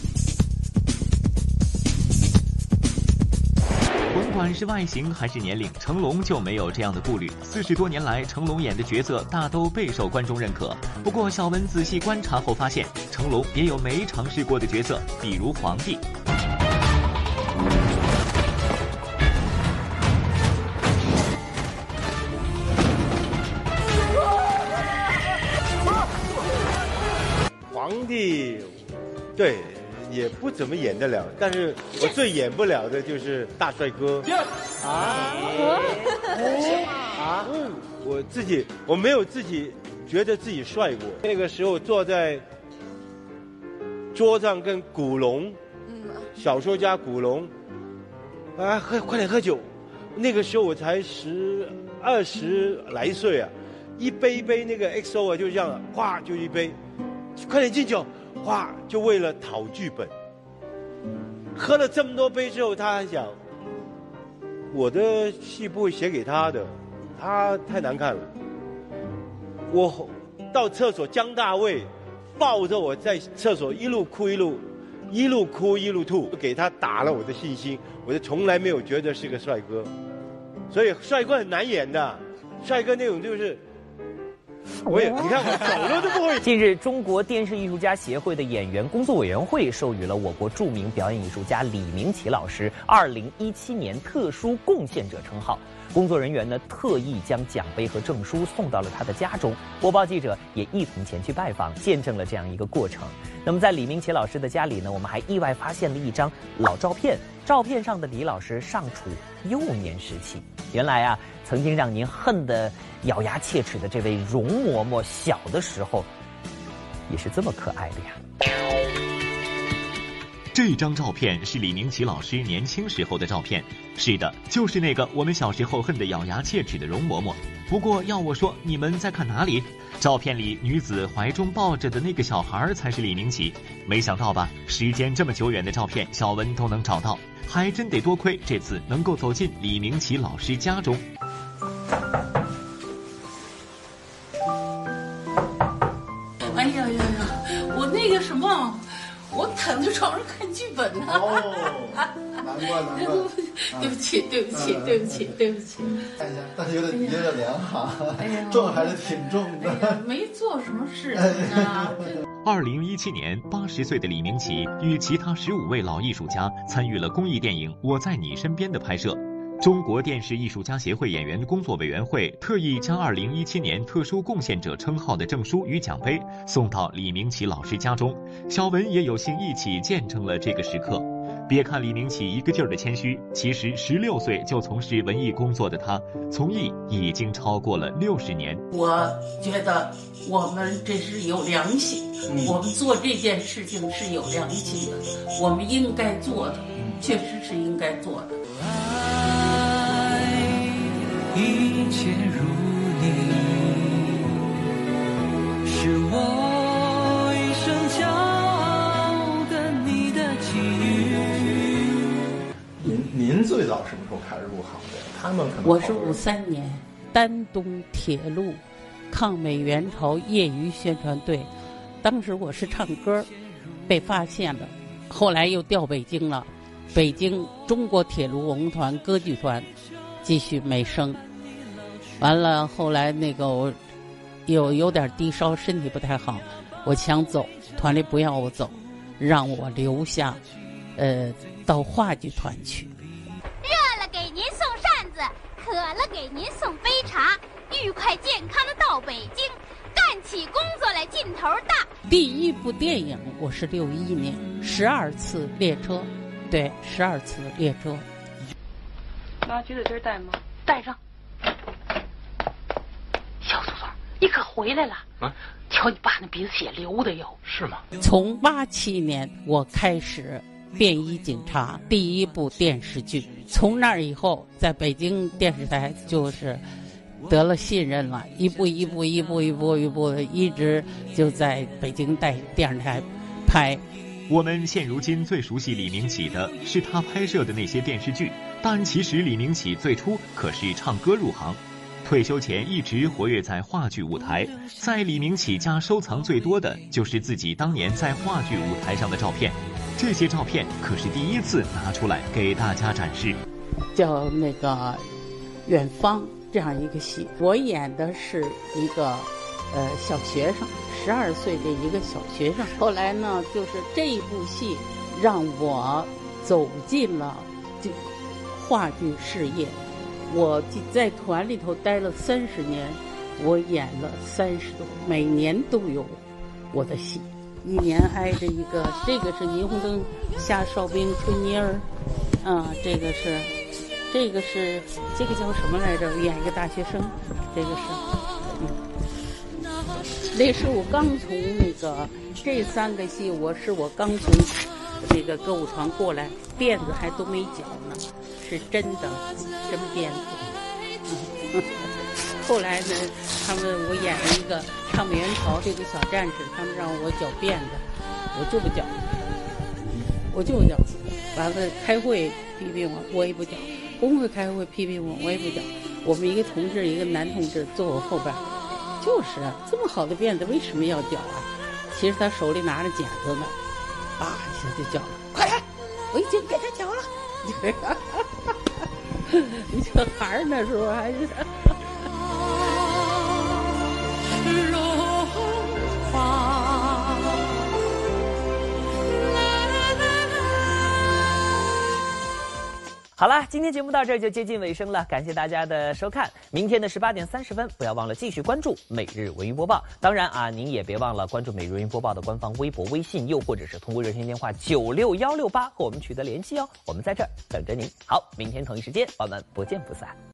甭管是外形还是年龄，成龙就没有这样的顾虑。40多年来，成龙演的角色大都备受观众认可。不过小文仔细观察后发现，成龙也有没尝试过的角色，比如皇帝。 皇帝，对， 也不怎么演得了，但是我最演不了的就是大帅哥。我没有自己觉得自己帅过。那个时候坐在桌上跟古龙，小说家古龙，快点喝酒。那个时候我才20来岁啊，一杯一杯那个 XO 啊，就这样，哗就一杯，快点敬酒，哗就为了讨剧本。喝了这么多杯之后，他还想，我的戏不会写给他的，他太难看了。我到厕所，姜大卫抱着我在厕所一路哭一路吐，给他打了我的信心。我就从来没有觉得是个帅哥，所以帅哥很难演的。帅哥那种就是，你看我走路都不会。 近日，中国电视艺术家协会的演员工作委员会授予了我国著名表演艺术家李明启老师2017年特殊贡献者称号。工作人员呢特意将奖杯和证书送到了他的家中，播报记者也一同前去拜访，见证了这样一个过程。那么在李明启老师的家里呢，我们还意外发现了一张老照片，照片上的李老师尚处幼年时期。原来啊，曾经让您恨得咬牙切齿的这位容嬷嬷，小的时候也是这么可爱的呀。 这张照片是李明启老师年轻时候的照片，是的，就是那个我们小时候恨得咬牙切齿的容嬷嬷。不过要我说，你们在看哪里？照片里女子怀中抱着的那个小孩才是李明启。没想到吧，时间这么久远的照片，小文都能找到，还真得多亏这次能够走进李明启老师家中。 哎呀呀呀，我那个什么。我躺在床上看剧本呢。 难怪。 对不起。 看一下，但是有点凉哈。哎呀，重还是挺重的。 哎呀，没做什么事情啊。 2017年，80岁的李明启与其他15位老艺术家参与了公益电影《我在你身边》的拍摄。中国电视艺术家协会演员工作委员会特意将2017年特殊贡献者称号的证书与奖杯送到李明启老师家中，小文也有幸一起见证了这个时刻。别看李明启一个劲儿的谦虚，其实16岁就从事文艺工作的他，从艺已经超过了60年。 我觉得我们这是有良心，我们做这件事情是有良心的，我们应该做的，确实是应该做的。 一切如你，是我一生骄傲跟你的际遇。 您最早什么时候开始入行的？他们可能我是53年丹东铁路抗美援朝业余宣传队，当时我是唱歌，被发现了，后来又调北京了，北京中国铁路文工团歌剧团继续美声。完了，后来那个我有点低烧，身体不太好，我想走，团里不要我走，让我留下，到话剧团去。 热了给您送扇子，渴了给您送杯茶，愉快健康的到北京，干起工作来劲头大。 第一部电影我是61年12次列车，对，12次列车。 拿橘子汁带吗？带上。小祖宗，你可回来了啊！瞧你爸那鼻子血流的哟。 是吗？ 从87年我开始便衣警察第一部电视剧，从那以后在北京电视台就是得了信任了，一步一步的，一直就在北京电视台拍。 我们现如今最熟悉李明启的是他拍摄的那些电视剧，但其实李明启最初可是唱歌入行，退休前一直活跃在话剧舞台。在李明启家收藏最多的就是自己当年在话剧舞台上的照片，这些照片可是第一次拿出来给大家展示。 叫那个远方这样一个戏，我演的是一个小学生，12岁的一个小学生。后来呢，就是这一部戏让我走进了这话剧事业。我在团里头待了30年，我演了30多，每年都有我的戏。 一年挨着一个。这个是霓虹灯下哨兵吹妮儿，这个叫什么来着？演一个大学生，这个是，那是我刚从那个这3个戏，我刚从这个歌舞团过来，辫子还都没绞呢，是真的真辫子。后来呢，我演了一个抗美援朝这个小战士，他们让我绞辫子，我就不绞。完了开会批评我也不绞；工会开会批评我也不绞。我们一个同志，一个男同志坐我后边，就是啊，这么好的辫子为什么要绞啊？其实他手里拿着剪子呢，一下就绞了，快来，我已经给他绞了。你小孩那时候还是。 好了，今天节目到这儿就接近尾声了，感谢大家的收看。明天的18点30分，不要忘了继续关注每日文娱播报。当然啊，您也别忘了关注每日文娱播报的官方微博、微信，又或者是通过热线电话96168和我们取得联系哦。我们在这儿等着您。好，明天同一时间我们不见不散。